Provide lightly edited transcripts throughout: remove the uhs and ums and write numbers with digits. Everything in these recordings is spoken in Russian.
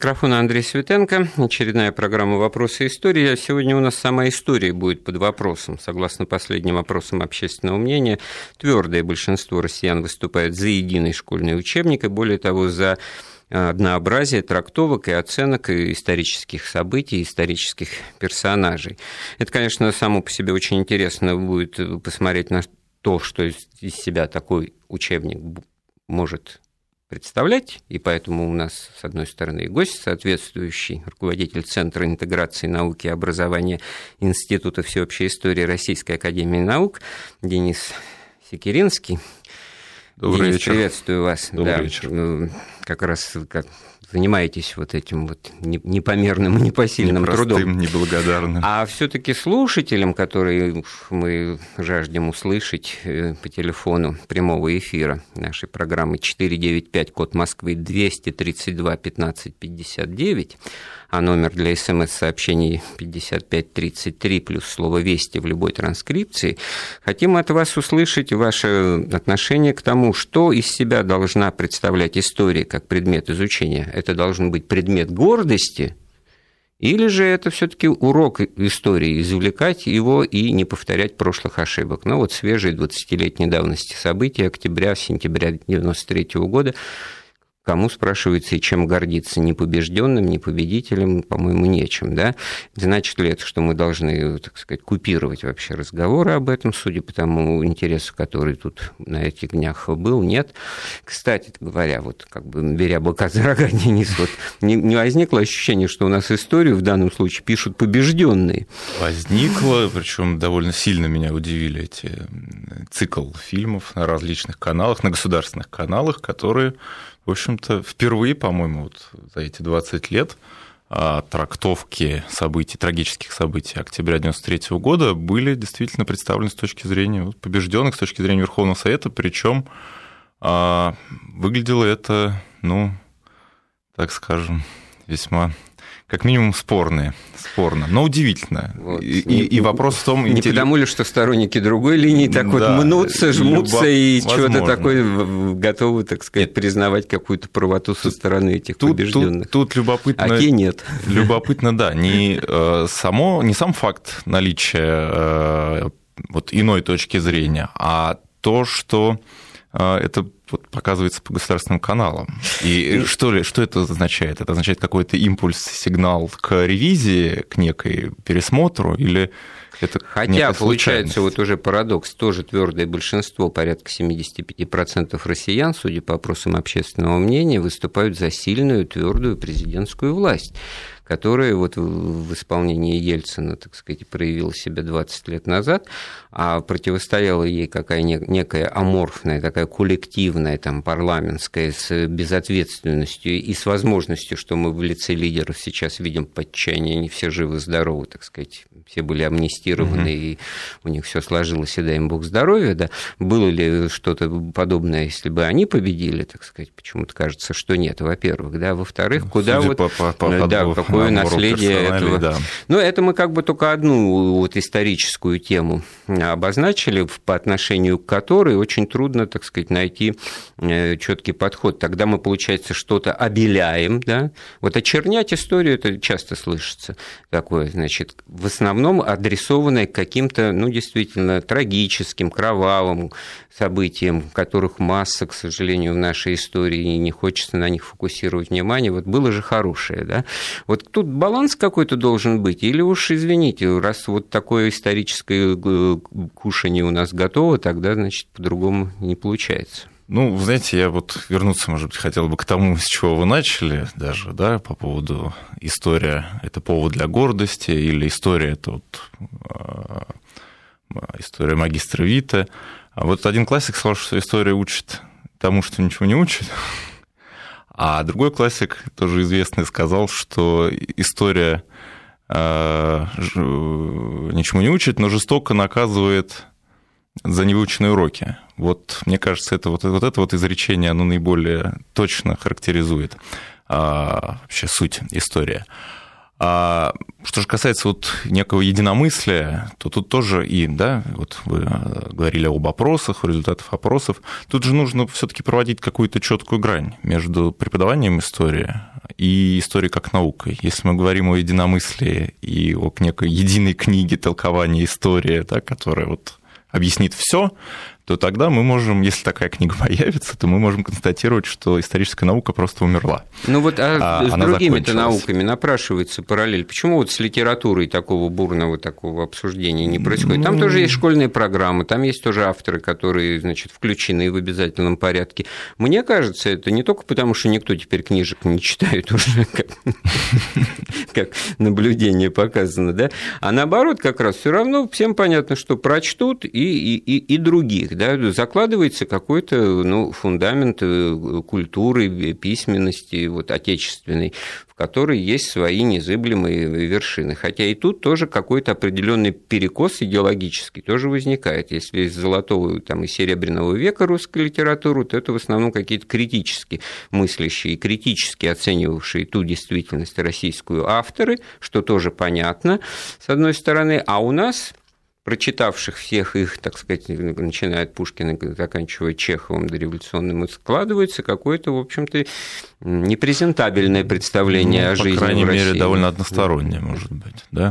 микрофона Андрей Светенко. Очередная программа «Вопросы истории». Сегодня у нас сама история будет под вопросом. Согласно последним опросам общественного мнения, твердое большинство россиян выступает за единый школьный учебник и, более того, за однообразие трактовок и оценок исторических событий, исторических персонажей. Это, конечно, само по себе очень интересно будет посмотреть на то, что из себя такой учебник может представлять, и поэтому у нас, с одной стороны, и гость, соответствующий руководитель Центра интеграции науки и образования Института всеобщей истории Российской академии наук Денис Секиринский. Добрый Денис, вечер. Приветствую вас. Добрый вечер. Как раз занимаетесь вот этим вот непомерным и непосильным трудом. Неблагодарным. А все-таки слушателям, которые мы жаждем услышать по телефону прямого эфира нашей программы 495, код Москвы 232 1559, а номер для СМС-сообщений 5533 плюс слово «Вести» в любой транскрипции, хотим от вас услышать ваше отношение к тому, что из себя должна представлять история как предмет изучения. Это должен быть предмет гордости, или же это все-таки урок истории, извлекать его и не повторять прошлых ошибок. Ну вот свежие 20-летней давности события октября-сентября 1993 года. Кому, спрашивается, и чем гордиться? Ни побежденным, ни победителем, по-моему, нечем, да? Значит ли это, что мы должны, так сказать, купировать вообще разговоры об этом, судя по тому интересу, который тут на этих днях был? Нет. Кстати говоря, вот как бы беря быка за рога, Денис, вот не возникло ощущение, что у нас историю в данном случае пишут побежденные? Возникло, причем довольно сильно меня удивили эти цикл фильмов на различных каналах, на государственных каналах, которые, в общем-то, впервые, по-моему, вот за эти 20 лет трактовки событий, трагических событий октября 1993 года были действительно представлены с точки зрения побежденных, с точки зрения Верховного Совета, причем выглядело это, ну, так скажем, весьма, как минимум, спорно, но удивительно. Вот. И вопрос в том... Не потому ли, что сторонники другой линии так вот мнутся, жмутся и чего-то такое готовы, так сказать, признавать какую-то правоту со стороны этих побежденных. Тут любопытно... А те нет. Любопытно, да, не сам факт наличия вот иной точки зрения, а то, что это вот показывается по государственным каналам. И что это означает? Это означает какой-то импульс, сигнал к ревизии, к некой пересмотру, или это хотя получается вот уже парадокс, тоже твердое большинство, порядка 75% россиян, судя по опросам общественного мнения, выступают за сильную, твердую президентскую власть, которая вот в исполнении Ельцина, так сказать, проявила себя 20 лет назад, а противостояла ей некая аморфная, такая коллективная, там, парламентская, с безответственностью и с возможностью, что мы в лице лидеров сейчас видим подчаяние, они все живы-здоровы, так сказать, все были амнистированы, и у них все сложилось, и дай им Бог здоровья, да. Было ли что-то подобное, если бы они победили, так сказать, почему-то кажется, что нет, во-первых, да, во-вторых, куда вот... Какое наследие этого. Да. Но это мы как бы только одну вот историческую тему обозначили, по отношению к которой очень трудно, так сказать, найти четкий подход. Тогда мы, получается, что-то обеляем, да. Вот очернять историю, это часто слышится такое, значит, в основном адресованное к каким-то, ну, действительно, трагическим, кровавым событиям, которых масса, к сожалению, в нашей истории, и не хочется на них фокусировать внимание. Вот было же хорошее, да. Вот тут баланс какой-то должен быть, или уж, извините, раз вот такое историческое кушание у нас готово, тогда, значит, по-другому не получается. Ну, вы знаете, я вот вернуться, может быть, хотел бы к тому, с чего вы начали даже, да, по поводу история – это повод для гордости, или история – это вот история магистра Витте. А вот один классик сказал, что история учит тому, что ничего не учит. А другой классик, тоже известный, сказал, что история ничему не учит, но жестоко наказывает за невыученные уроки. Вот, мне кажется, это вот изречение, оно наиболее точно характеризует вообще суть истории. А что же касается вот некого единомыслия, то тут тоже вот вы говорили об опросах, о результатах опросов, тут же нужно все-таки проводить какую-то четкую грань между преподаванием истории и историей как наукой. Если мы говорим о единомыслии и о некой единой книге толкования истории, да, которая вот объяснит все, то тогда мы можем, если такая книга появится, то мы можем констатировать, что историческая наука просто умерла. Ну вот с другими-то науками напрашивается параллель. Почему вот с литературой такого бурного такого обсуждения не происходит? Там тоже есть школьные программы, там есть тоже авторы, которые, значит, включены в обязательном порядке. Мне кажется, это не только потому, что никто теперь книжек не читает уже, как наблюдение показано, да, а наоборот, как раз все равно всем понятно, что прочтут и других. Да, закладывается какой-то фундамент культуры, письменности вот, отечественной, в которой есть свои незыблемые вершины. Хотя и тут тоже какой-то определенный перекос идеологический тоже возникает. Если из золотого и серебряного века русской литературы, то это в основном какие-то критически мыслящие и критически оценивавшие ту действительность российскую авторы, что тоже понятно, с одной стороны, а у нас, прочитавших всех их, так сказать, начиная от Пушкина, заканчивая Чеховым дореволюционным, складывается какое-то, в общем-то, непрезентабельное представление о жизни в России. По крайней мере, довольно одностороннее, может быть, да.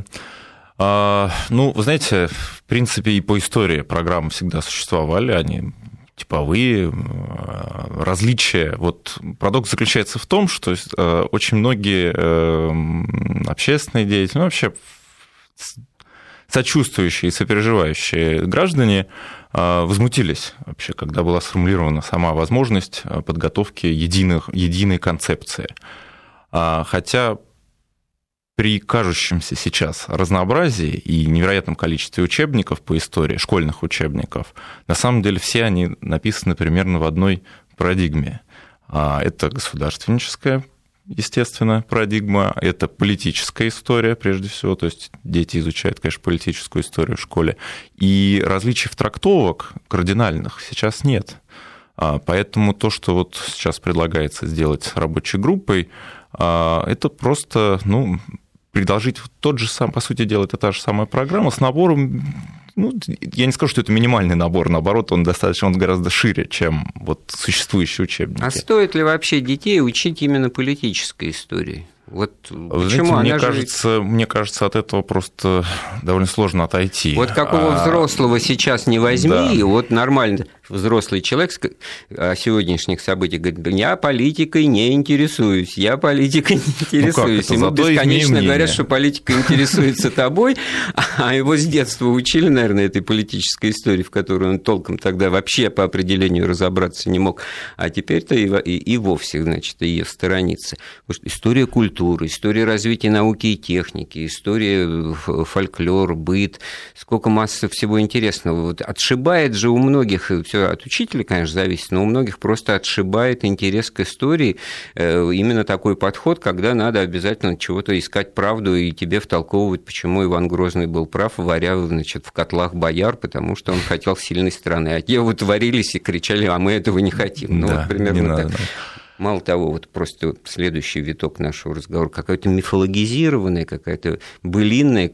Вы знаете, в принципе, и по истории программы всегда существовали, они типовые, различия. Вот парадокс заключается в том, что очень многие общественные деятели, вообще сочувствующие и сопереживающие граждане возмутились вообще, когда была сформулирована сама возможность подготовки единой концепции. Хотя при кажущемся сейчас разнообразии и невероятном количестве учебников по истории, школьных учебников, на самом деле все они написаны примерно в одной парадигме. Это государственническая, естественно, парадигма, это политическая история, прежде всего, то есть дети изучают, конечно, политическую историю в школе, и различий в трактовок кардинальных сейчас нет. Поэтому то, что вот сейчас предлагается сделать с рабочей группой, это просто, предложить тот же самый, по сути дела, это та же самая программа с набором. Я не скажу, что это минимальный набор, наоборот, он гораздо шире, чем вот существующие учебники. А стоит ли вообще детей учить именно политической истории? Вот почему? Мне кажется, от этого просто довольно сложно отойти. Вот какого взрослого сейчас не возьми, да. И вот нормально взрослый человек о сегодняшних событиях говорит: я политикой не интересуюсь, я политикой не интересуюсь. Ему бесконечно говорят, что политика интересуется тобой, а его с детства учили, наверное, этой политической истории, в которой он толком тогда вообще по определению разобраться не мог, а теперь-то и вовсе, значит, ее сторонится. История культуры, история развития науки и техники, история фольклор, быт, сколько массы всего интересного. Вот отшибает же у многих, все от учителя, конечно, зависит, но у многих просто отшибает интерес к истории именно такой подход, когда надо обязательно чего-то искать правду и тебе втолковывать, почему Иван Грозный был прав, варя, значит, в котлах бояр, потому что он хотел сильной страны. А те вот варились и кричали: а мы этого не хотим. Да, вот примерно так. Мало того, вот просто следующий виток нашего разговора, какая-то мифологизированная, какая-то былинная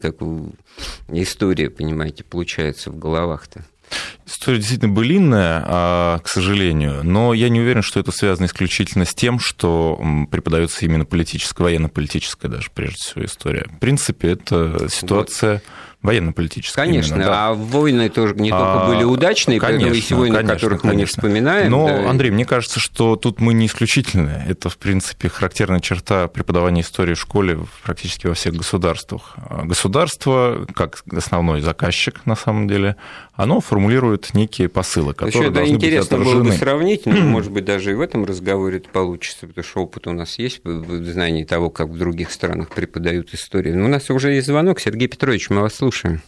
история, понимаете, получается в головах-то. История действительно былинная, к сожалению, но я не уверен, что это связано исключительно с тем, что преподается именно политическая, военно-политическая даже, прежде всего, история. В принципе, это ситуация военно-политическая. Конечно, именно, да. А войны тоже не только были удачные, поэтому есть войны, которых мы не вспоминаем. Но, да. Андрей, мне кажется, что тут мы не исключительны. Это, в принципе, характерная черта преподавания истории в школе практически во всех государствах. Государство, как основной заказчик, на самом деле, оно формулирует некие посылы, которые должны быть отражены. Интересно было бы сравнить, но, может быть, даже и в этом разговоре это получится, потому что опыт у нас есть в знании того, как в других странах преподают историю. Но у нас уже есть звонок. Сергей Петрович, мы вас слушаем.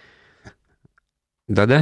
Да-да?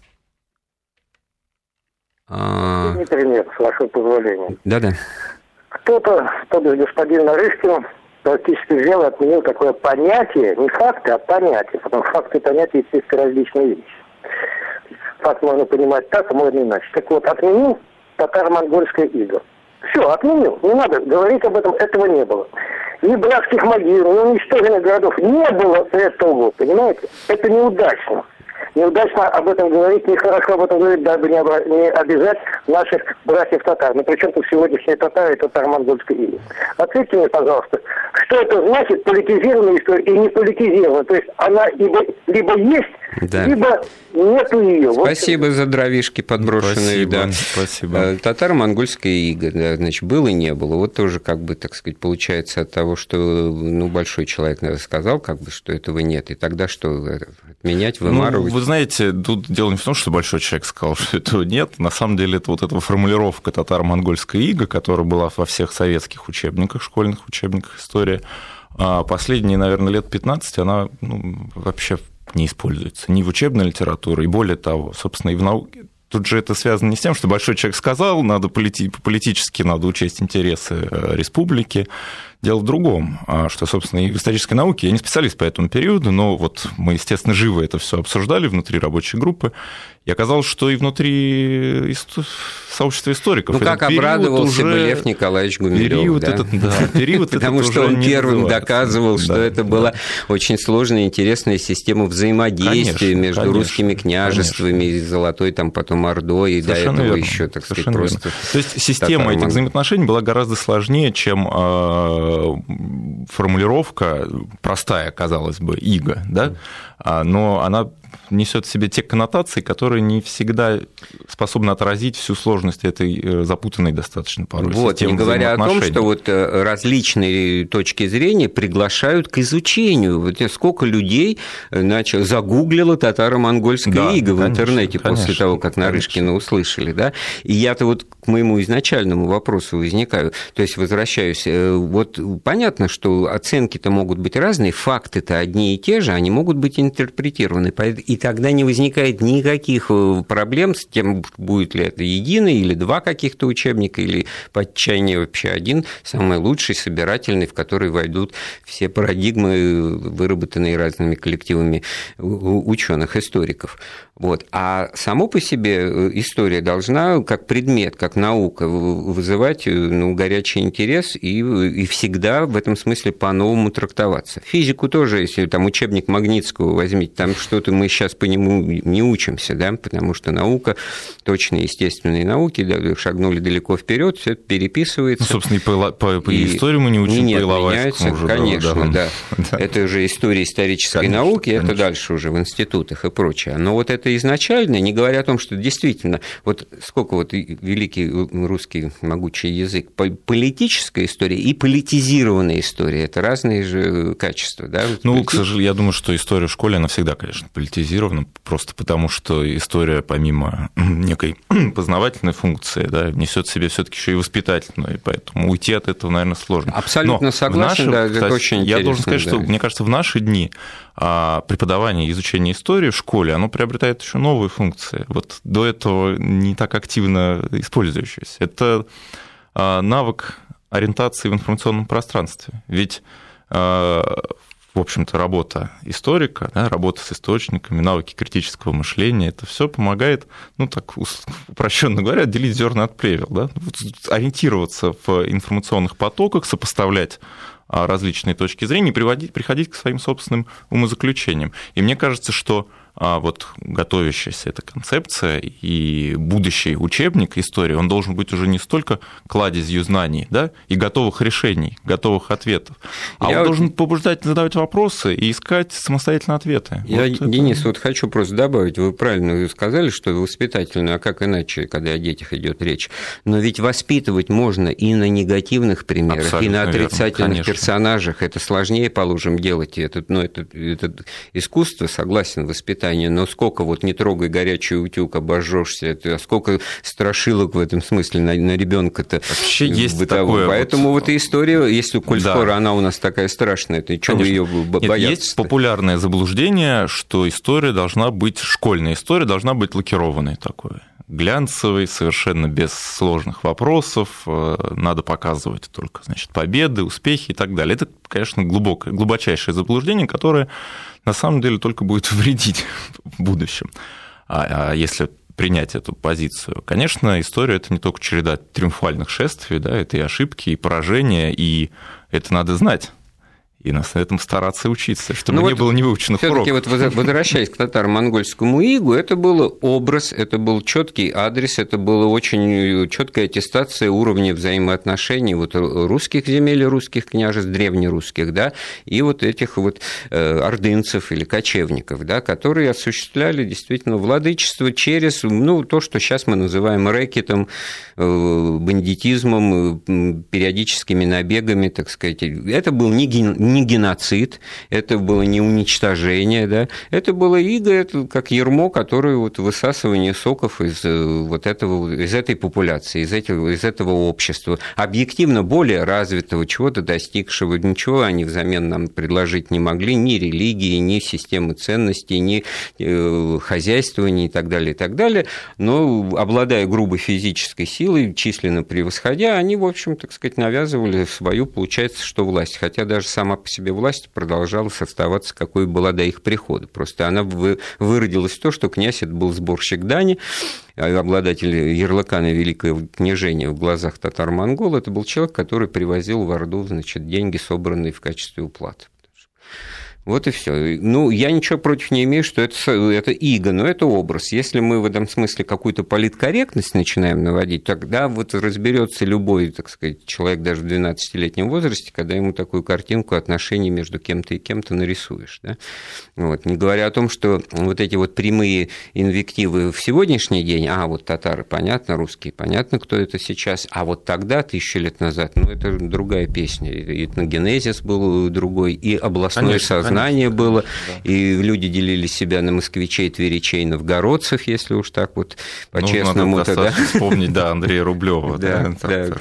Дмитрий, нет, с вашего позволения. Да-да. Кто-то, то есть господин Нарышкин, практически взял и отменил такое понятие, не факты, а понятие, потому что факты и понятия, естественно, различные вещи. Факт можно понимать так, а можно иначе. Так вот, отменил татаро-монгольское иго. Все, отменил. Не надо говорить об этом, этого не было. Ни братских могил, ни уничтоженных городов. Не было этого, понимаете? Это неудачно. неудачно об этом говорить, нехорошо об этом говорить, дабы не обижать наших братьев-татар. Но при чем тут сегодняшние татары и татаро-монгольская ига? Ответьте мне, пожалуйста, что это значит политизированная история и не политизированная? То есть она либо есть, да, либо нету ее. Спасибо за дровишки подброшенные. Спасибо, да. Спасибо. Татаро-монгольская ига, да, значит, было и не было. Вот тоже, как бы, так сказать, получается от того, что большой человек сказал, как бы, что этого нет, и тогда что, отменять, вымарывать? Вы знаете, тут дело не в том, что большой человек сказал, что этого нет. На самом деле, это вот эта формулировка татаро-монгольская ига, которая была во всех советских учебниках, школьных учебниках истории, последние, наверное, лет 15 она вообще не используется ни в учебной литературе, и более того, собственно, и в науке. Тут же это связано не с тем, что большой человек сказал, надо политически надо учесть интересы республики. Дело в другом, что, собственно, и в исторической науке, я не специалист по этому периоду, но вот мы, естественно, живо это все обсуждали внутри рабочей группы, и оказалось, что и внутри сообщества историков. Как обрадовался бы Лев Николаевич Гумилёв, период потому что он первым доказывал, что это была очень сложная, интересная система взаимодействия между русскими княжествами и Золотой, там потом Ордой, и до этого еще, так сказать, просто... То есть система этих взаимоотношений была гораздо сложнее, чем формулировка простая, казалось бы, ига, да, но она несет в себе те коннотации, которые не всегда способны отразить всю сложность этой запутанной достаточно порой системы. Не говоря о том, что вот различные точки зрения приглашают к изучению. Вот сколько людей загуглило татаро-монгольская ига в интернете после того, как Нарышкина услышали, да? И я-то вот к моему изначальному вопросу возникаю, то есть возвращаюсь, вот понятно, что оценки-то могут быть разные, факты-то одни и те же, они могут быть интерпретированы, и тогда не возникает никаких проблем с тем, будет ли это единый или два каких-то учебника, или по отчаянию вообще один, самый лучший, собирательный, в который войдут все парадигмы, выработанные разными коллективами ученых, историков. Вот. А само по себе история должна, как предмет, как наука, вызывать горячий интерес и всегда в этом смысле по-новому трактоваться. Физику тоже, если там учебник Магнитского возьмите, там что-то мы сейчас по нему не учимся, да, потому что наука, точные естественные науки, да, шагнули далеко вперед, все это переписывается. Собственно, и историю мы не учим, по Иловайскому уже. Конечно, да. Это уже история исторической науки, это дальше уже в институтах и прочее. Но вот это изначально, не говоря о том, что действительно, вот сколько вот великий русский могучий язык, политическая история и политизированная история, это разные же качества, да? К сожалению, я думаю, что история в школе, она всегда, конечно, политизирована, просто потому что история, помимо некой познавательной функции, да, несет в себе все-таки еще и воспитательную, и поэтому уйти от этого, наверное, сложно. Абсолютно согласен, да, это очень интересно. Я должен сказать, что, мне кажется, в наши дни преподавание и изучение истории в школе, оно приобретает еще новые функции, вот до этого не так активно использующиеся. Это навык ориентации в информационном пространстве. Ведь, в общем-то, работа историка, да, работа с источниками, навыки критического мышления, это все помогает, так упрощенно говоря, делить зерна от плевел, да? Ориентироваться в информационных потоках, сопоставлять различные точки зрения и приходить к своим собственным умозаключениям. И мне кажется, что вот готовящаяся эта концепция и будущий учебник истории, он должен быть уже не столько кладезью знаний, да, и готовых решений, готовых ответов, он должен побуждать задавать вопросы и искать самостоятельно ответы. Денис, хочу просто добавить, вы правильно сказали, что воспитательно, а как иначе, когда о детях идет речь, но ведь воспитывать можно и на негативных примерах, абсолютно и на отрицательных персонажах, это сложнее, положим, делать, это искусство, согласен, воспитание, но сколько вот не трогай горячий утюг, обожжешься, сколько страшилок в этом смысле на ребенка-то вообще есть такое. Поэтому вот и история, если коль скоро она у нас такая страшная, то чего ее бояться? Есть популярное заблуждение, что история должна быть, школьная история должна быть лакированной такой, глянцевой, совершенно без сложных вопросов, надо показывать только, победы, успехи и так далее. Это, конечно, глубочайшее заблуждение, которое на самом деле только будет вредить в будущем. А если принять эту позицию, конечно, история – это не только череда триумфальных шествий, да, это и ошибки, и поражения, и это надо знать. и нас на этом стараться учиться, чтобы не было невыученных уроков. Все-таки вот возвращаясь к татаро-монгольскому игу, это был образ, это был четкий адрес, это была очень четкая аттестация уровня взаимоотношений вот русских земель, русских княжеств, древнерусских, да, и вот этих вот ордынцев или кочевников, да, которые осуществляли действительно владычество через, то, что сейчас мы называем рэкетом, бандитизмом, периодическими набегами, так сказать. Это был не геноцид, это было не уничтожение, да, это было иго, это как ярмо, которое вот высасывание соков из этой популяции, из этого общества, объективно более развитого, чего-то достигшего, ничего они взамен нам предложить не могли, ни религии, ни системы ценностей, ни хозяйствования и так далее, но обладая грубой физической силой, численно превосходя, они, в общем, так сказать, навязывали свою, получается, что власть, хотя даже сама по себе власть продолжала оставаться, какой была до их прихода. Просто она выродилась в то, что князь это был сборщик дани, обладатель ярлыка на великое княжение в глазах татар-монгол, это был человек, который привозил в Орду, значит, деньги, собранные в качестве уплаты. Вот и все. Я ничего против не имею, что это иго, но это образ. Если мы в этом смысле какую-то политкорректность начинаем наводить, тогда вот разберется любой, так сказать, человек даже в 12-летнем возрасте, когда ему такую картинку отношений между кем-то и кем-то нарисуешь. Да? Вот. Не говоря о том, что вот эти вот прямые инвективы в сегодняшний день, вот татары, понятно, русские, понятно, кто это сейчас, а вот тогда, 1000 лет назад, это другая песня. И этногенезис был другой, и областное сознание было, да. И люди делили себя на москвичей, тверичей, новгородцев, если уж так вот по-честному. Надо вспомнить, Андрея Рублева. Да.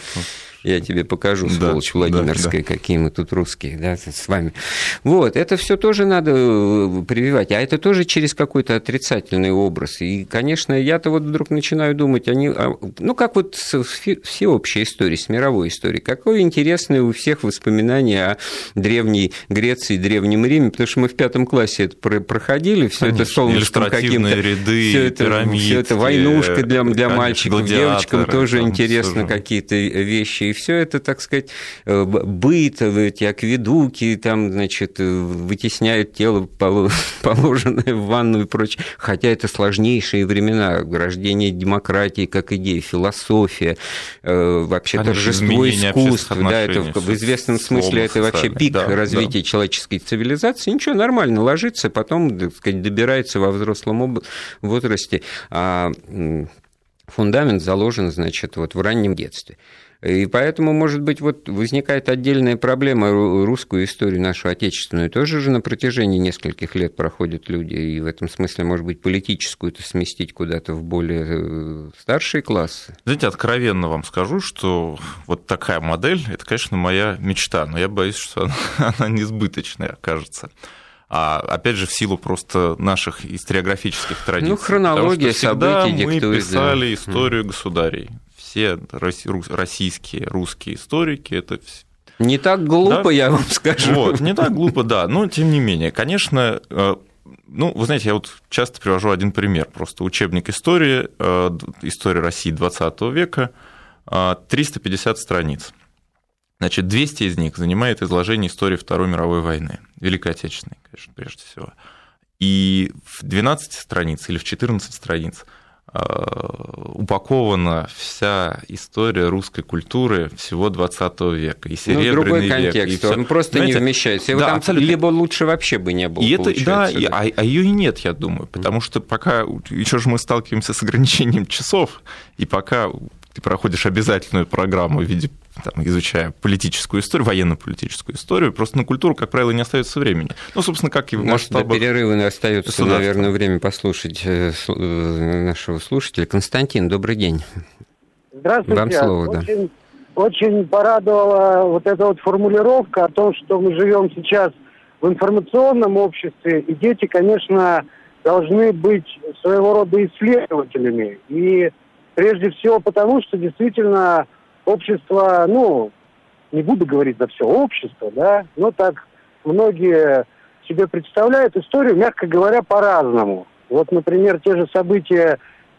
Я тебе покажу, сволочь Владимирская, какие мы тут русские, да, с вами. Вот, это все тоже надо прививать, а это тоже через какой-то отрицательный образ. И, конечно, я-то вот вдруг начинаю думать, как вот с всеобщей историей, с мировой историей, какое интересное у всех воспоминание о Древней Греции, Древнем Риме, потому что мы в 5 классе это проходили, все это солнышком каким-то, ряды, все это войнушка для мальчиков, девочкам тоже интересно какие-то вещи. И все это, так сказать, быт, эти акведуки, там, значит, вытесняют тело, положенное в ванну и прочее. Хотя это сложнейшие времена, рождение демократии как идеи, философия, вообще торжество искусства. Да, это в известном смысле это вообще пик развития человеческой цивилизации. Ничего, нормально ложится, потом, так сказать, добирается во взрослом возрасте. А фундамент заложен, значит, вот в раннем детстве. И поэтому, может быть, вот возникает отдельная проблема русскую историю, нашу отечественную. Тоже же на протяжении нескольких лет проходят люди, и в этом смысле, может быть, политическую-то сместить куда-то в более старшие классы. Знаете, откровенно вам скажу, что вот такая модель, это, конечно, моя мечта, но я боюсь, что она несбыточная окажется. Опять же, в силу просто наших историографических традиций. Хронология событий диктует. Мы писали историю государей. Все российские, русские историки, это все. Не так глупо, я вам скажу. Не так глупо, да, но тем не менее, конечно, вы знаете, я вот часто привожу один пример, просто учебник истории России 20 века, 350 страниц. Значит, 200 из них занимает изложение истории Второй мировой войны, Великой Отечественной, конечно, прежде всего. И в 12 страниц или в 14 страниц упакована вся история русской культуры всего 20 века. И Серебряный век. Другой контекст, он просто не вмещается. Да, там либо лучше вообще бы не было, а ее и нет, я думаю, потому что пока еще же мы сталкиваемся с ограничением часов, и пока ты проходишь обязательную программу в виде, изучая политическую историю, военно-политическую историю, просто на культуру, как правило, не остается времени. Собственно, как и в масштабах. До перерыва остается, наверное, время послушать нашего слушателя. Константин, добрый день. Здравствуйте. Вам слово, Очень порадовала вот эта вот формулировка о том, что мы живем сейчас в информационном обществе, и дети, конечно, должны быть своего рода исследователями. И прежде всего потому, что действительно общество, не буду говорить за все общество, да, но так многие себе представляют историю, мягко говоря, по-разному. Вот, например, те же события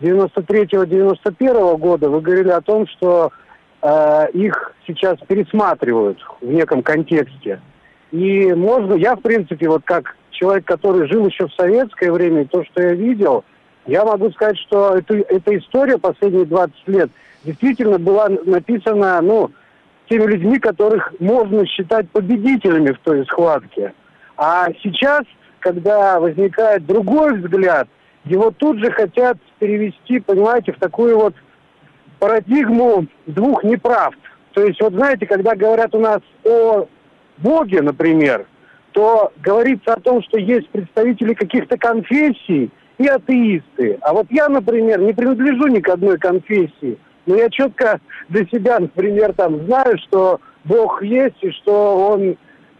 93-91 года, вы говорили о том, что их сейчас пересматривают в неком контексте. И можно, я, в принципе, вот как человек, который жил еще в советское время, то, что я видел, я могу сказать, что эта история последние 20 лет действительно была написана, теми людьми, которых можно считать победителями в той схватке. А сейчас, когда возникает другой взгляд, его тут же хотят перевести, понимаете, в такую вот парадигму двух неправд. То есть, вот знаете, когда говорят у нас о Боге, например, то говорится о том, что есть представители каких-то конфессий и атеисты. А вот я, например, не принадлежу ни к одной конфессии, но я четко для себя, например, знаю, что Бог есть и что Он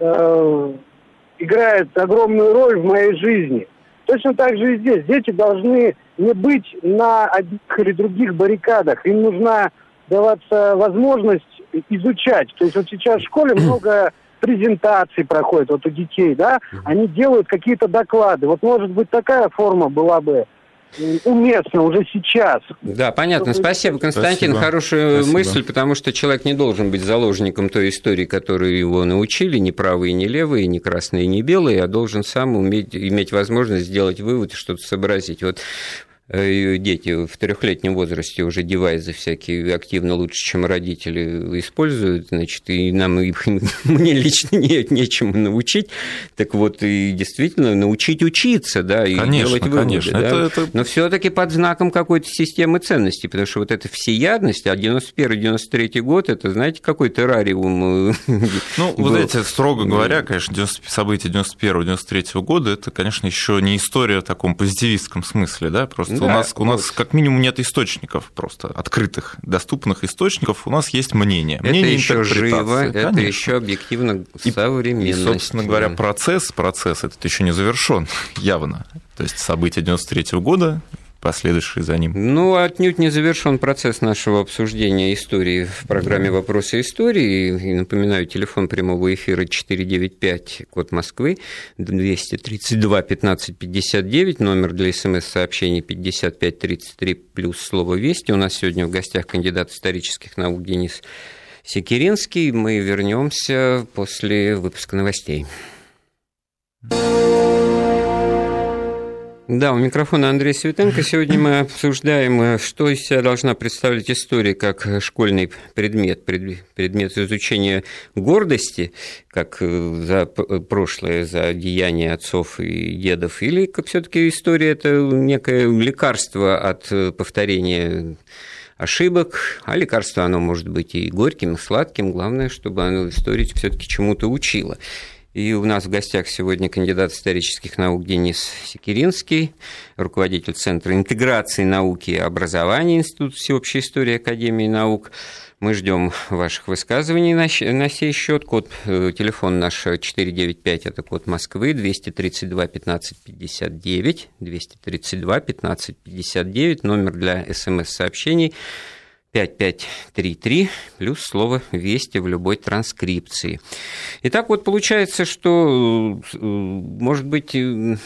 играет огромную роль в моей жизни. Точно так же и здесь. Дети должны не быть на одних или других баррикадах. Им нужна даваться возможность изучать. То есть вот сейчас в школе много презентаций проходит вот у детей, да? Они делают какие-то доклады. Вот, может быть, такая форма была бы уместно уже сейчас. Да, понятно. Спасибо, Константин. Спасибо. Хорошая мысль, потому что человек не должен быть заложником той истории, которую его научили, ни правые, ни левые, ни красные, ни белые, а должен сам иметь возможность сделать вывод и что-то сообразить. Вот дети в 3-летнем возрасте уже девайсы всякие активно лучше, чем родители используют, значит, и нам, мне лично нечему научить, так вот, и действительно научить учиться, да, и делать выводы. Конечно. Да? Но все-таки под знаком какой-то системы ценностей, потому что вот эта всеядность, а 91-93 год, это, знаете, какой террариум. Вы знаете, строго говоря, конечно, события 91-93 года, это, конечно, еще не история в таком позитивистском смысле, да, просто у нас как минимум нет источников просто открытых, доступных источников, у нас есть мнение. Это еще живо, это еще объективно современность. И, собственно говоря, процесс этот еще не завершен явно. То есть события 93 года, последующие за ним. Отнюдь не завершен процесс нашего обсуждения истории в программе «Вопросы истории». И напоминаю, телефон прямого эфира 495, код Москвы, 232-15-59, номер для СМС-сообщений 5533, плюс слово «Вести». У нас сегодня в гостях кандидат исторических наук Денис Секиринский. Мы вернемся после выпуска новостей. Да, у микрофона Андрей Светенко. Сегодня мы обсуждаем, что из себя должна представлять история как школьный предмет изучения гордости, как за прошлое, за деяния отцов и дедов, или как все-таки история – это некое лекарство от повторения ошибок, а лекарство оно может быть и горьким, и сладким, главное, чтобы оно историю все-таки чему-то учило. И у нас в гостях сегодня кандидат исторических наук Денис Секиринский, руководитель Центра интеграции науки и образования Института всеобщей истории Академии наук. Мы ждем ваших высказываний на сей счет. Телефон наш 495, это код Москвы, 232-15-59, 232-15-59, номер для СМС-сообщений 5533, плюс слово «Вести» в любой транскрипции. Итак, получается, что, может быть,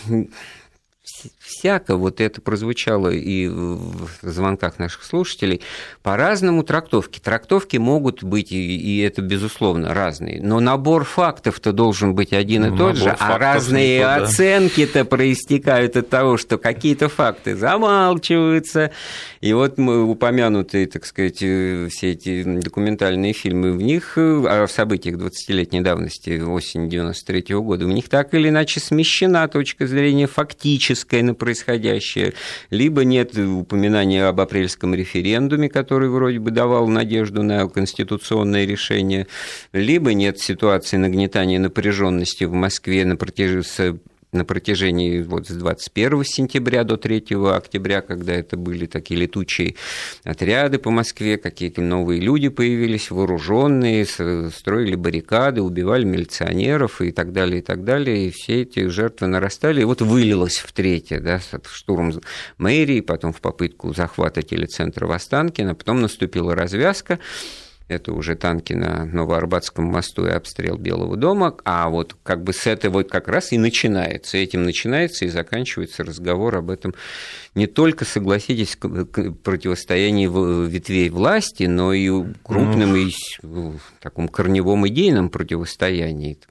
всяко это прозвучало и в звонках наших слушателей, по-разному трактовки. Трактовки могут быть, и это, безусловно, разные, но набор фактов-то должен быть один и тот же, а разные оценки-то проистекают от того, что какие-то факты замалчиваются. И мы упомянутые, так сказать, все эти документальные фильмы, в них, о событиях 20-летней давности, осени 93 года, в них так или иначе смещена точка зрения фактическая на происходящее, либо нет упоминания об апрельском референдуме, который вроде бы давал надежду на конституционное решение, либо нет ситуации нагнетания напряженности в Москве на протяжении с 21 сентября до 3 октября, когда это были такие летучие отряды по Москве, какие-то новые люди появились, вооруженные, строили баррикады, убивали милиционеров и так далее, и так далее. И все эти жертвы нарастали, и вылилось в третье, в штурм мэрии, потом в попытку захвата телецентра в Останкино, потом наступила развязка. Это уже танки на Новоарбатском мосту и обстрел Белого дома, а с этого как раз и начинается, этим начинается и заканчивается разговор об этом не только, согласитесь, противостоянии ветвей власти, но и крупном и таком корневом идейном противостоянии, так сказать,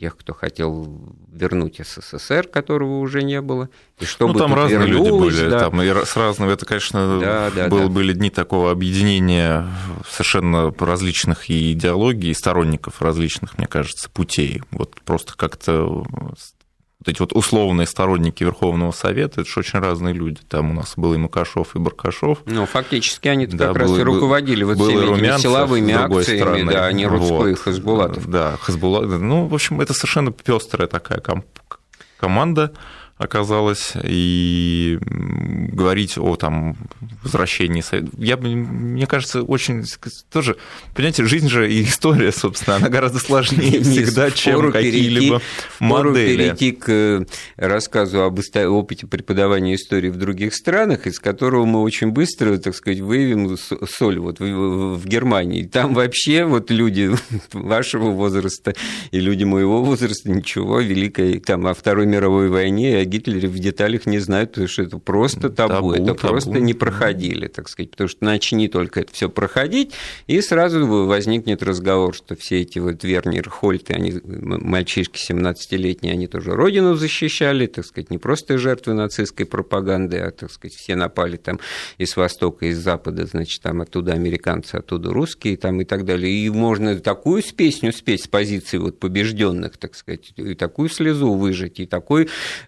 тех, кто хотел вернуть СССР, которого уже не было. И чтобы там разные люди были, да. там и с разными, это, конечно, были дни такого объединения совершенно различных и идеологий, и сторонников различных, мне кажется, путей. Вот просто как-то вот эти вот условные сторонники Верховного Совета, это же очень разные люди. Там у нас был и Макашов, и Баркашов. Ну, фактически они как раз и руководили вот всеми этими силовыми акциями, да, а не Рудской и Хасбулатов. Да, Хасбулат. Ну, в общем, это совершенно пестрая такая команда оказалась, и говорить о там, возвращении Совета... Мне кажется, очень тоже... Понимаете, жизнь же и история, собственно, она гораздо сложнее всегда, чем какие-либо модели. Перейти к рассказу об опыте преподавания истории в других странах, из которого мы очень быстро, так сказать, выявим соль вот в Германии. Там вообще вот люди вашего возраста и люди моего возраста ничего великой там о Второй мировой войне, о Гитлере в деталях не знают, потому что это просто табу, это просто не проходили, так сказать, потому что начни только это все проходить, и сразу возникнет разговор, что все эти вот Вернер, Хольты, они, мальчишки 17-летние, они тоже родину защищали, так сказать, не просто жертвы нацистской пропаганды, а, так сказать, все напали там и с востока, и с запада, значит, там оттуда американцы, оттуда русские, там и так далее, и можно такую песню спеть с позиции вот побежденных, так сказать, и такую слезу выжать, и такую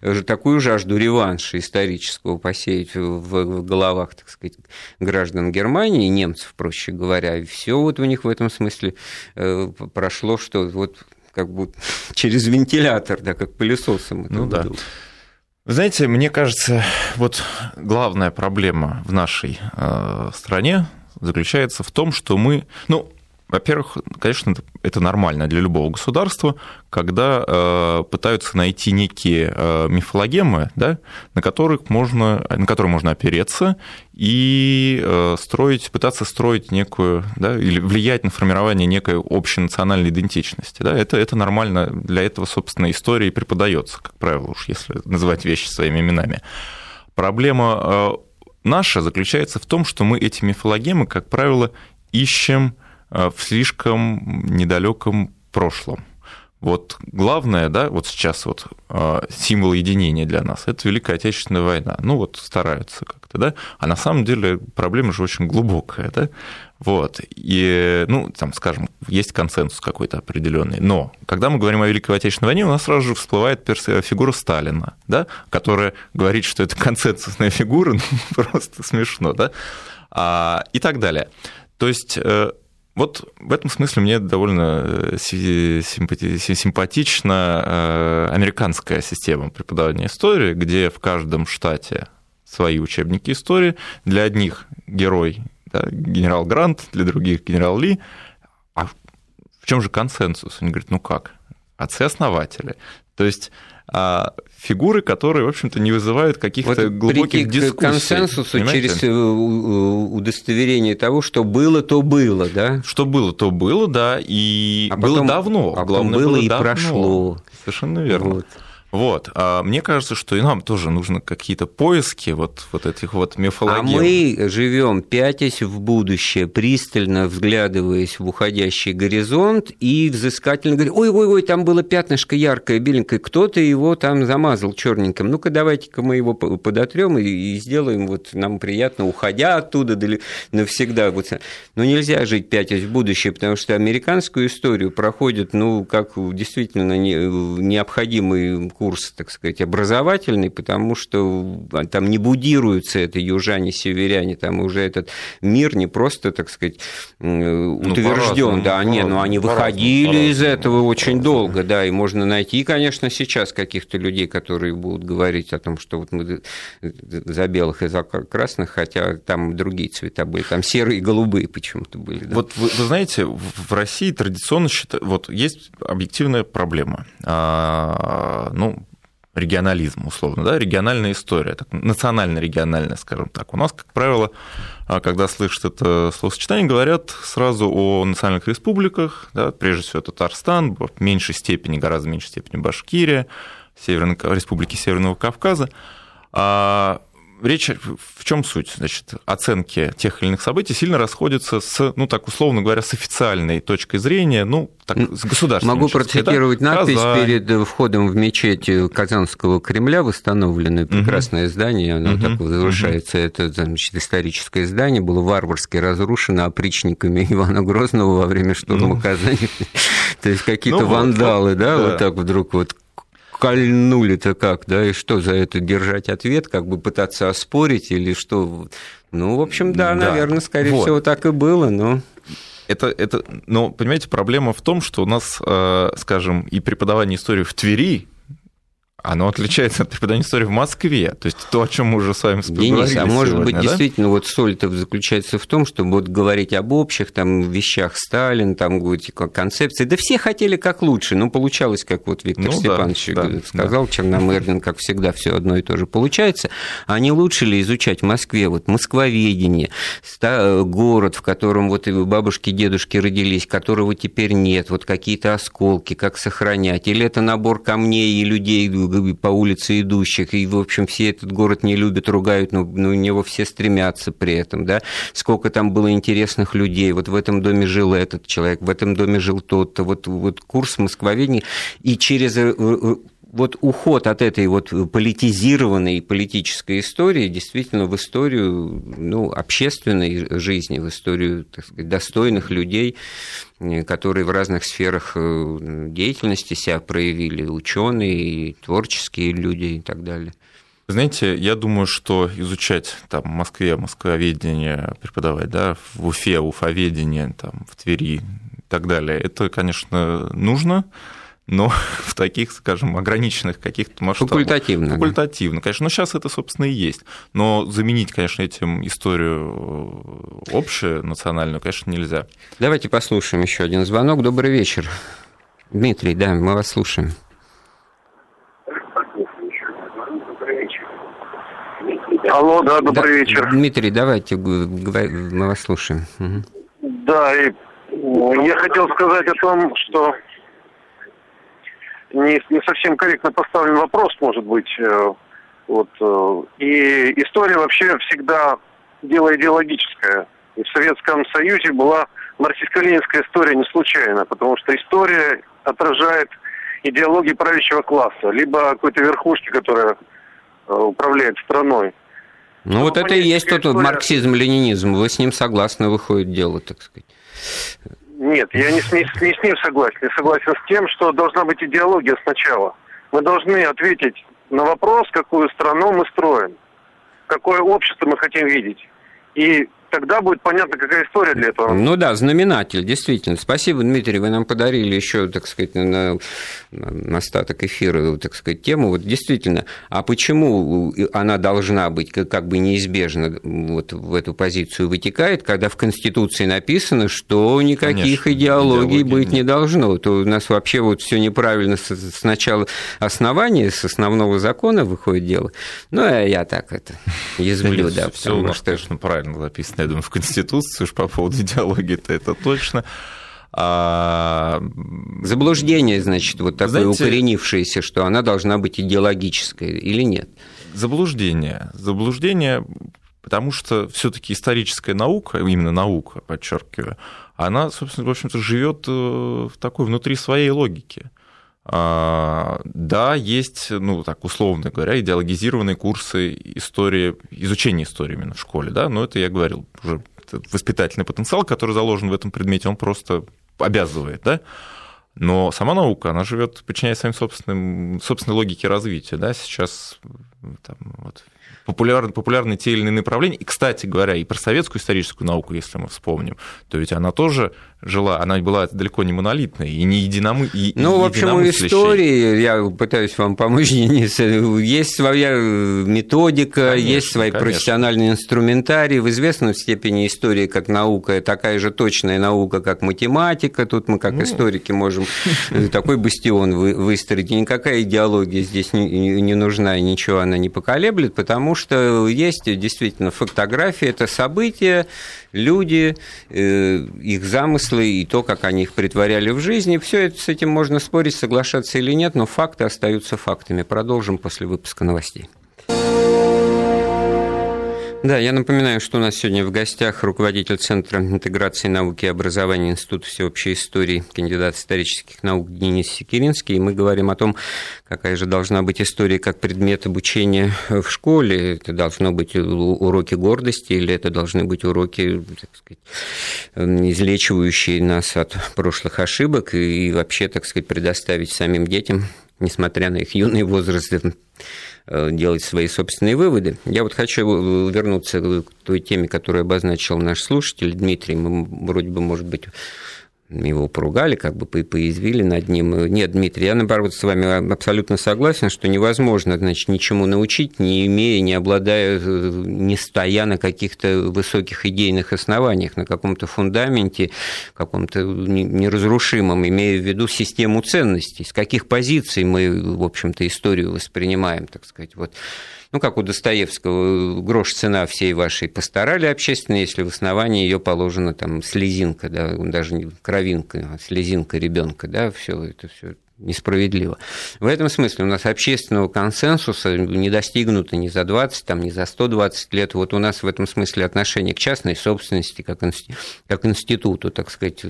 жажду реванша исторического посеять в головах, так сказать, граждан Германии, немцев, проще говоря, и все вот у них в этом смысле прошло, что вот как бы через вентилятор, да, как пылесосом. Ну да. Вы знаете, мне кажется, вот главная проблема в нашей стране заключается в том, что мы, во-первых, конечно, это нормально для любого государства, когда пытаются найти некие мифологемы, да, на которые можно опереться и пытаться строить некую, да, или влиять на формирование некой общенациональной идентичности. Да, это нормально, для этого, собственно, история и преподается, как правило, уж если называть вещи своими именами. Проблема наша заключается в том, что мы эти мифологемы, как правило, ищем в слишком недалеком прошлом. Вот главное, да, вот сейчас вот символ единения для нас – это Великая Отечественная война. Стараются как-то, да, а на самом деле проблема же очень глубокая, да, вот, и, скажем, есть консенсус какой-то определенный, но когда мы говорим о Великой Отечественной войне, у нас сразу же всплывает фигура Сталина, да, которая говорит, что это консенсусная фигура, просто смешно, да, и так далее. То есть вот в этом смысле мне довольно симпатична американская система преподавания истории, где в каждом штате свои учебники истории. Для одних герой, да, генерал Грант, для других генерал Ли. А в чем же консенсус? Они говорят, как? Отцы-основатели. То есть фигуры, которые, в общем-то, не вызывают каких-то глубоких дискуссий. К консенсусу, понимаете? Через удостоверение того, что было, то было, да? Что было, то было, да, и было давно. А главное, было и давно. Прошло. Совершенно верно. Вот. Мне кажется, что и нам тоже нужны какие-то поиски вот этих вот мифологем. А мы живем, пятясь в будущее, пристально вглядываясь в уходящий горизонт и взыскательно говорим, ой, там было пятнышко яркое, беленькое, кто-то его там замазал черненьким. Ну-ка, давайте-ка мы его подотрем и сделаем, вот нам приятно, уходя оттуда навсегда. Но нельзя жить пятясь в будущее, потому что американскую историю проходит, как действительно необходимый курс, так сказать, образовательный, потому что там не будируются это южане, северяне, там уже этот мир не просто, так сказать, утвержден, да, они выходили из этого очень долго, да, и можно найти, конечно, сейчас каких-то людей, которые будут говорить о том, что вот мы за белых и за красных, хотя там другие цвета были, там серые и голубые почему-то были. Да. Вот вы знаете, в России традиционно есть объективная проблема. Регионализм, условно, да, региональная история, национально-региональная, скажем так. У нас, как правило, когда слышат это словосочетание, говорят сразу о национальных республиках, да, прежде всего Татарстан, в меньшей степени, гораздо меньшей степени Башкирия, республики Северного Кавказа. речь в чем суть? Значит, оценки тех или иных событий сильно расходятся с, ну, так условно говоря, с официальной точкой зрения, ну, так, с государственной. Могу процитировать надпись перед входом в мечеть Казанского Кремля, восстановленное прекрасное здание, оно так возвышается, это, значит, историческое здание, было варварски разрушено опричниками Ивана Грозного во время штурма Казани. То есть какие-то вандалы, да, вот так вдруг вот кольнули-то как, да, и что за это держать ответ, как бы пытаться оспорить или что? Ну, в общем, да. Наверное, скорее всего, так и было, но... Но, понимаете, проблема в том, что у нас, скажем, и преподавание истории в Твери, оно отличается от преподавания истории в Москве. То есть то, о чем мы уже с вами говорили. Денис, а может сегодня, быть, действительно, вот соль-то заключается в том, чтобы вот говорить об общих там вещах Сталин, там концепции. Да все хотели как лучше, но получалось, как вот Виктор Степанович сказал, Черномырдин, как всегда, все одно и то же получается. А не лучше ли изучать в Москве вот москвоведение, город, в котором вот и бабушки, дедушки родились, которого теперь нет, вот какие-то осколки, как сохранять? Или это набор камней и людей по улице идущих, и, в общем, все этот город не любят, ругают, но у него все стремятся при этом, да, сколько там было интересных людей, вот в этом доме жил этот человек, в этом доме жил тот-то, вот курс москвоведения, и через вот уход от этой вот политизированной политической истории действительно в историю, ну, общественной жизни, в историю, так сказать, достойных людей, которые в разных сферах деятельности себя проявили, ученые, творческие люди и так далее. Знаете, я думаю, что изучать там в Москве москвоведение, преподавать, да, в Уфе уфоведение, там, в Твери и так далее, это, конечно, нужно, но в таких, скажем, ограниченных каких-то масштабах. Факультативно. Факультативно, конечно. Но сейчас это, собственно, и есть. Но заменить, конечно, этим историю общую, национальную, конечно, нельзя. Давайте послушаем еще один звонок. Добрый вечер. Дмитрий, да, мы вас слушаем. Алло, да, добрый вечер. Дмитрий, давайте, мы вас слушаем. Да, и я хотел сказать о том, что не совсем корректно поставлен вопрос, может быть. Вот, и история вообще всегда дело идеологическое. И в Советском Союзе была марксистско-ленинская история не случайно, потому что история отражает идеологию правящего класса, либо какой-то верхушки, которая управляет страной. Ну, вот это и есть тот марксизм-ленинизм. Вы с ним согласны, выходит дело, так сказать. Нет, я не с ним согласен. Я согласен с тем, что должна быть идеология сначала. Мы должны ответить на вопрос, какую страну мы строим, какое общество мы хотим видеть. И тогда будет понятно, какая история для этого. Ну да, знаменатель, действительно. Спасибо, Дмитрий, вы нам подарили еще, так сказать, на остаток эфира, так сказать, тему. Вот действительно, а почему она должна быть как бы неизбежно вот в эту позицию вытекает, когда в Конституции написано, что никаких идеологий быть не должно? То у нас вообще вот все неправильно с начала основания, с основного закона выходит дело. Ну, я так это язвлю, да. Все у нас, конечно, правильно записано. Я думаю, в Конституции уж по поводу идеологии-то это точно. Заблуждение, значит, вот такое, знаете, укоренившееся, что она должна быть идеологической или нет? Заблуждение, потому что все-таки историческая наука, именно наука, подчеркиваю, она, собственно, в общем-то, живет в такой внутри своей логики. Да, есть, ну, так условно говоря, идеологизированные курсы истории, изучения истории именно в школе, да, но это, я говорил, уже воспитательный потенциал, который заложен в этом предмете, он просто обязывает, да, но сама наука, она живет, подчиняясь своим собственной логике развития, да, сейчас там, вот, популярны те или иные направления, и, кстати говоря, и про советскую историческую науку, если мы вспомним, то ведь она тоже жила, она была далеко не монолитной и не единомыслящей. Ну, в общем, у истории, я пытаюсь вам помочь, Денис, есть своя методика, конечно, есть свой профессиональный инструментарий. В известной степени история как наука такая же точная наука, как математика. Тут мы, как историки, можем такой бастион выстроить. И никакая идеология здесь не нужна, и ничего она не поколеблет, потому что есть действительно фактография, это события, люди, их замыслы и то, как они их претворяли в жизни. Все это, с этим можно спорить, соглашаться или нет, но факты остаются фактами. Продолжим после выпуска новостей. Да, я напоминаю, что у нас сегодня в гостях руководитель Центра интеграции науки и образования Института всеобщей истории, кандидат исторических наук Денис Секиринский. И мы говорим о том, какая же должна быть история как предмет обучения в школе. Это должно быть уроки гордости или это должны быть уроки, так сказать, излечивающие нас от прошлых ошибок и вообще, так сказать, предоставить самим детям, несмотря на их юный возраст, делать свои собственные выводы. Я вот хочу вернуться к той теме, которую обозначил наш слушатель Дмитрий. Мы вроде бы, может быть, его поругали, как бы поязвили над ним. Нет, Дмитрий, я, наоборот, с вами абсолютно согласен, что невозможно, значит, ничему научить, не имея, не обладая, не стоя на каких-то высоких идейных основаниях, на каком-то фундаменте, каком-то неразрушимом, имея в виду систему ценностей, с каких позиций мы, в общем-то, историю воспринимаем, так сказать, вот. Ну, как у Достоевского, грош цена всей вашей пасторали общественной, если в основании ее положена там слезинка, да, даже не кровинка, а слезинка ребенка, да, все это все несправедливо. В этом смысле у нас общественного консенсуса не достигнуто ни за 20, там, ни за 120 лет. Вот у нас в этом смысле отношение к частной собственности, как институту, так сказать,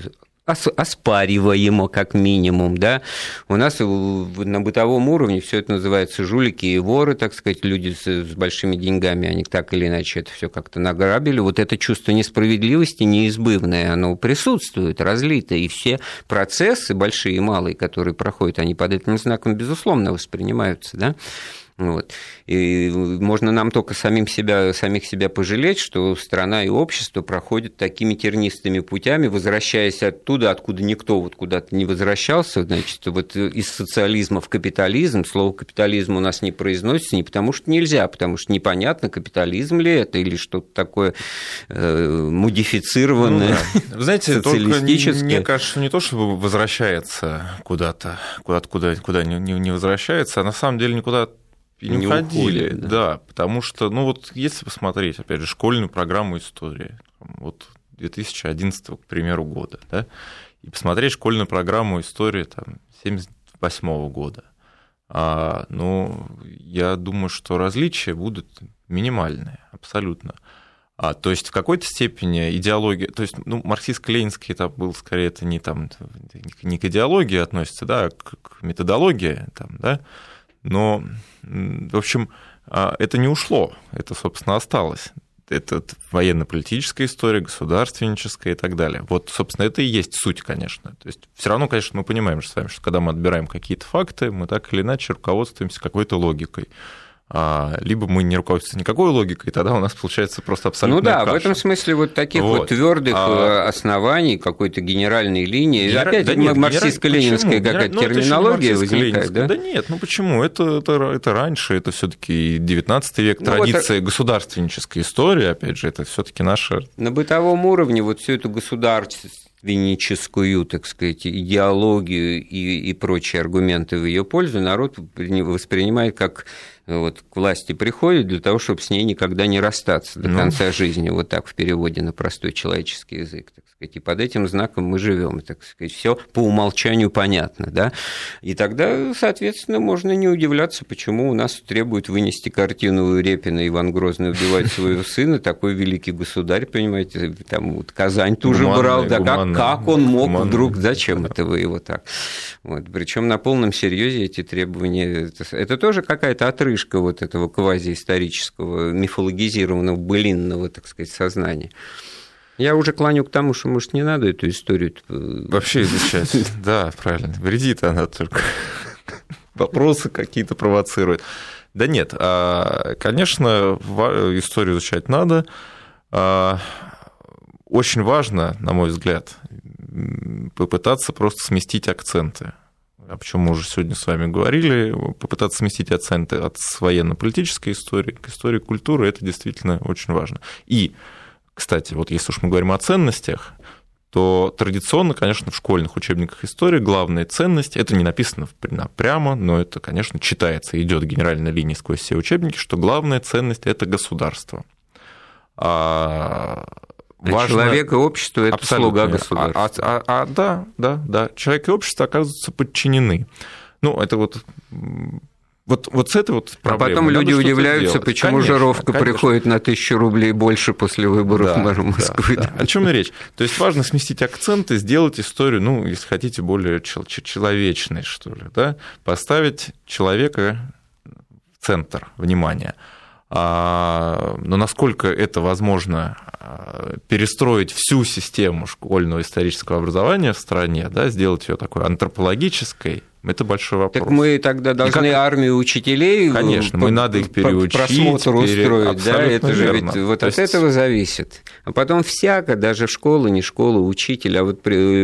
оспариваемо, как минимум, да. У нас на бытовом уровне все это называется жулики и воры, так сказать, люди с большими деньгами, они так или иначе это все как-то награбили. Вот это чувство несправедливости неизбывное, оно присутствует, разлито, и все процессы, большие и малые, которые проходят, они под этим знаком, безусловно, воспринимаются, да. Вот. И можно нам только самих себя пожалеть, что страна и общество проходят такими тернистыми путями, возвращаясь оттуда, откуда никто вот куда-то не возвращался, значит, вот из социализма в капитализм. Слово «капитализм» у нас не произносится не потому, что нельзя, а потому что непонятно, капитализм ли это или что-то такое модифицированное, Вы знаете, социалистическое. Только, мне кажется, не то, чтобы возвращается куда-то, куда не возвращается, а на самом деле никуда и не уходили, да, потому что, ну вот если посмотреть, опять же, школьную программу истории, вот 2011, к примеру, года, да, и посмотреть школьную программу истории там 1978 года, ну, я думаю, что различия будут минимальные, абсолютно. То есть в какой-то степени идеология, то есть, ну, марксистско-ленинский этап был скорее, это не к идеологии относится, да, а к методологии, там, да. Но, в общем, это не ушло, это, собственно, осталось. Это военно-политическая история, государственническая и так далее. Вот, собственно, это и есть суть, конечно. То есть все равно, конечно, мы понимаем же с вами, что когда мы отбираем какие-то факты, мы так или иначе руководствуемся какой-то логикой. Либо мы не руководствуемся никакой логикой, и тогда у нас получается просто абсолютная каша. В этом смысле вот таких вот твердых оснований, какой-то генеральной линии. Опять марксистско-ленинская какая-то терминология возникает, да? Да нет, ну почему? Это раньше, это все-таки 19 век, традиция государственнической истории, опять же, это все-таки наша... На бытовом уровне вот всю эту государственническую, так сказать, идеологию и прочие аргументы в ее пользу народ воспринимает как вот к власти приходит для того, чтобы с ней никогда не расстаться до конца жизни, вот так в переводе на простой человеческий язык, так сказать. И под этим знаком мы живем, так сказать, все по умолчанию понятно, да. И тогда, соответственно, можно не удивляться, почему у нас требуют вынести картину Репина «Иван Грозный убивает своего сына», такой великий государь, понимаете, там вот Казань тоже брал, да, как он мог вдруг, зачем это вы его так? Вот. Причем на полном серьезе эти требования, это тоже какая-то отрыжка вот этого квазиисторического, мифологизированного, былинного, так сказать, сознания. Я уже клоню к тому, что, может, не надо эту историю вообще изучать. Да, правильно. Вредит она только. Вопросы какие-то провоцирует. Да нет, конечно, историю изучать надо. Очень важно, на мой взгляд, попытаться просто сместить акценты. О чем мы уже сегодня с вами говорили, попытаться сместить акценты от военно-политической истории к истории культуры, это действительно очень важно. И, кстати, вот если уж мы говорим о ценностях, то традиционно, конечно, в школьных учебниках истории главная ценность, это не написано прямо, но это, конечно, читается, идет генеральная линия сквозь все учебники, что главная ценность – это государство. Важно... Человек и общество – это слуга государства. Да. Человек и общество оказываются подчинены. Ну, это вот Вот с этой вот проблемой. А потом люди удивляются, почему жировка приходит на 1000 рублей больше после выборов мэра Москвы. Да. О чем и речь? То есть важно сместить акцент и сделать историю, ну, если хотите, более человечной, что ли, да? Поставить человека в центр внимания. Но насколько это возможно перестроить всю систему школьного исторического образования в стране, да, сделать ее такой антропологической, это большой вопрос. Так мы тогда должны армию учителей, конечно, мы надо их переучить, просмотр устроить, да, это же верно. Ведь вот от этого зависит. А потом всяко, даже школа, не школа, учитель, а вот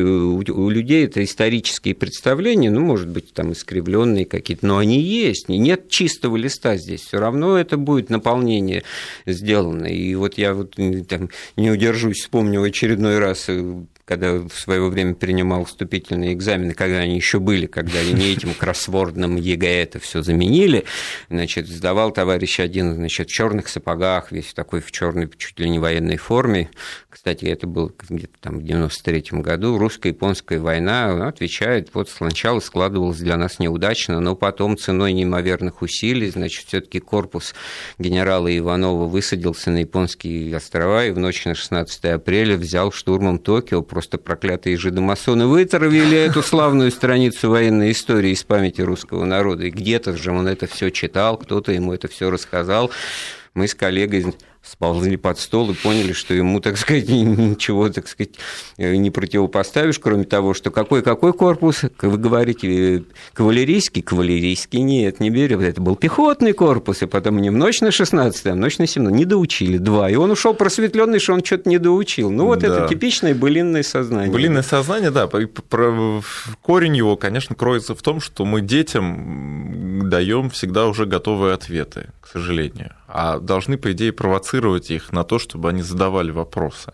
у людей это исторические представления, ну, может быть, там искривленные какие-то, но они есть, нет чистого листа здесь, все равно это будет наполнение сделано. И вот я вот там не удержусь, вспомнил очередной раз, когда в свое время принимал вступительные экзамены, когда они еще были, когда не этим кроссвордным ЕГЭ это все заменили, значит, сдавал товарищ один, значит, в черных сапогах, весь такой в черной, чуть ли не военной форме. Кстати, это было где-то там в 93-м году, русско-японская война, он отвечает, вот сначала складывалось для нас неудачно, но потом ценой неимоверных усилий, значит, все-таки корпус генерала Иванова высадился на японские острова и в ночь на 16 апреля взял штурмом Токио. Просто проклятые жидомасоны вытравили эту славную страницу военной истории из памяти русского народа. И где-то же он это все читал, кто-то ему это все рассказал. Мы с коллегой сползли под стол и поняли, что ему, так сказать, ничего, так сказать, не противопоставишь, кроме того, что какой корпус, вы говорите, кавалерийский нет, не берем, это был пехотный корпус, и потом не в ночь на 16, а в ночь на 17, не доучили 2, и он ушел просветленный, что он что-то не доучил. Ну, вот это типичное былинное сознание. Былинное сознание, да, корень его, конечно, кроется в том, что мы детям даем всегда уже готовые ответы, к сожалению, а должны, по идее, провоцировать их на то, чтобы они задавали вопросы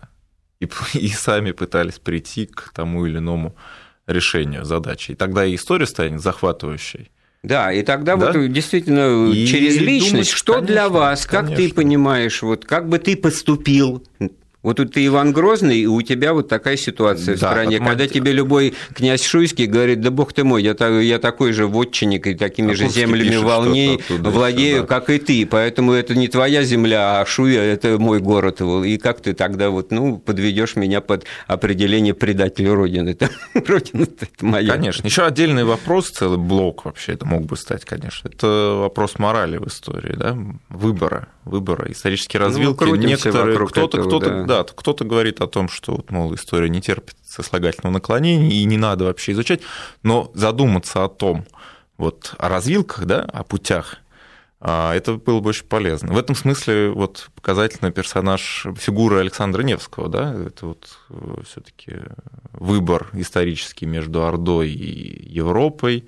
и сами пытались прийти к тому или иному решению задачи. И тогда и история станет захватывающей. Да, и тогда вот действительно и через личность, думать, что конечно, для вас, как ты понимаешь, вот как бы ты поступил. Вот ты Иван Грозный, и у тебя вот такая ситуация в стране, когда тебе любой князь Шуйский говорит, да бог ты мой, я такой же вотчинник и такими же землями волней владею, как и ты, поэтому это не твоя земля, а Шуя – это мой город. И как ты тогда вот, подведешь меня под определение предателя Родины? Родина – это моя. Конечно. Еще отдельный вопрос, целый блок вообще это мог бы стать, конечно. Это вопрос морали в истории, да? выбора, исторические развилки. Некоторые, кто-то говорит о том, что, мол, история не терпит сослагательного наклонения и не надо вообще изучать, но задуматься о том, вот, о развилках, да, о путях, это было бы очень полезно. В этом смысле вот показательный персонаж фигуры Александра Невского, да, это вот все-таки выбор исторический между Ордой и Европой.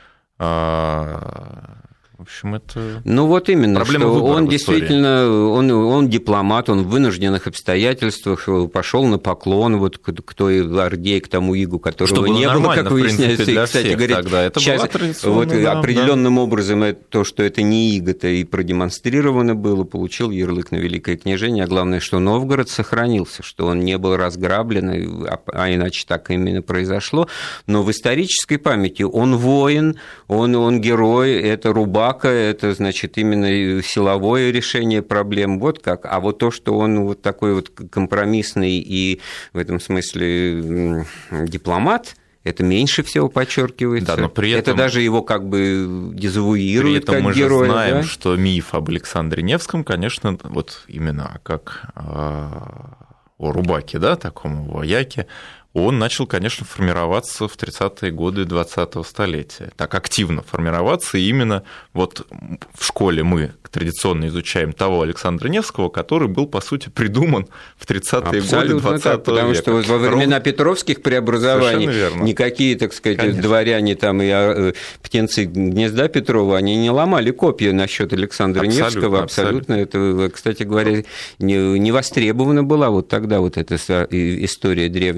В общем, это вот именно, что он действительно, он дипломат, он в вынужденных обстоятельствах пошел на поклон вот к той Орде, к тому игу, которого не было, как выясняется. И, кстати говоря, определенным образом то, что это не иго-то и продемонстрировано было, получил ярлык на великое княжение, а главное, что Новгород сохранился, что он не был разграблен, а иначе так именно произошло. Но в исторической памяти он воин, он герой, это рубак, это, значит, именно силовое решение проблем, вот как. А вот то, что он вот такой вот компромиссный и в этом смысле дипломат, это меньше всего подчеркивается. Да, но при этом, это даже его как бы дезавуирует как героя. При этом мы же знаем, да? что миф об Александре Невском, конечно, вот именно как о рубаке, да, таком вояке, он начал, конечно, формироваться в 30-е годы 20-го столетия. Так активно формироваться, и именно вот в школе мы традиционно изучаем того Александра Невского, который был, по сути, придуман в 30-е годы 20 века. Потому что во времена Петровских преобразований никакие, так сказать, конечно, дворяне там и птенцы гнезда Петрова, они не ломали копья насчет Александра Невского. Абсолютно. Это, кстати говоря, не востребована была вот тогда вот эта история древняя, это все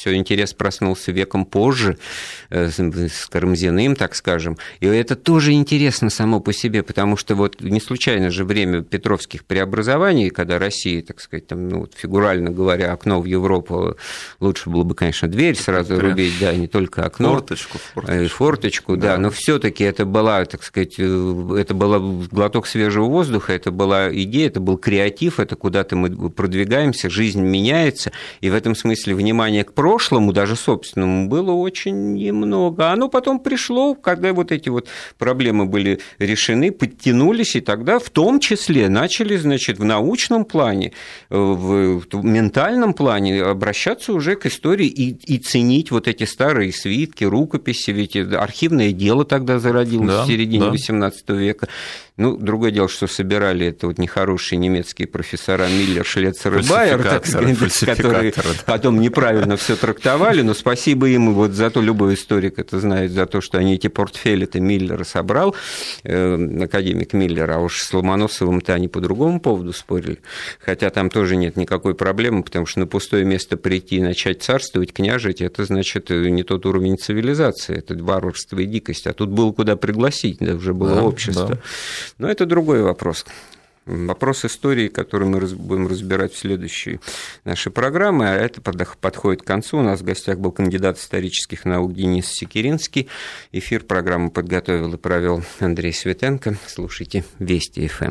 все, интерес проснулся веком позже, с Карамзиным, так скажем. И это тоже интересно само по себе, потому что вот не случайно же время петровских преобразований, когда Россия, так сказать, там, ну, вот, фигурально говоря, окно в Европу, лучше было бы, конечно, дверь сразу рубить, да, не только окно. Форточку, да, но все-таки это была, так сказать, это был глоток свежего воздуха, это была идея, это был креатив, это куда-то мы продвигаемся, жизнь меняется, и в этом смысле внимание к прошлому, даже собственному, было очень немного. Оно потом пришло, когда вот эти вот проблемы были решены, подтянулись, и тогда в том числе начали, значит, в научном плане, в ментальном плане обращаться уже к истории и ценить вот эти старые свитки, рукописи, ведь архивное дело тогда зародилось в середине XVIII века. Ну, другое дело, что собирали это вот нехорошие немецкие профессора Миллер, Шлецер и Байер, так сказать, которые потом неправильно все трактовали, но спасибо им, вот зато любой историк это знает, за то, что они эти портфели-то Миллера собрал, академик Миллер, а уж с Ломоносовым-то они по другому поводу спорили, хотя там тоже нет никакой проблемы, потому что на пустое место прийти и начать царствовать, княжить, это значит не тот уровень цивилизации, это варварство и дикость, а тут было куда пригласить, да, уже было общество. Да. Но это другой вопрос. Вопрос истории, который мы будем разбирать в следующей нашей программе, а это подходит к концу. У нас в гостях был кандидат исторических наук Денис Секиринский. Эфир программы подготовил и провел Андрей Светенко. Слушайте Вести ФМ.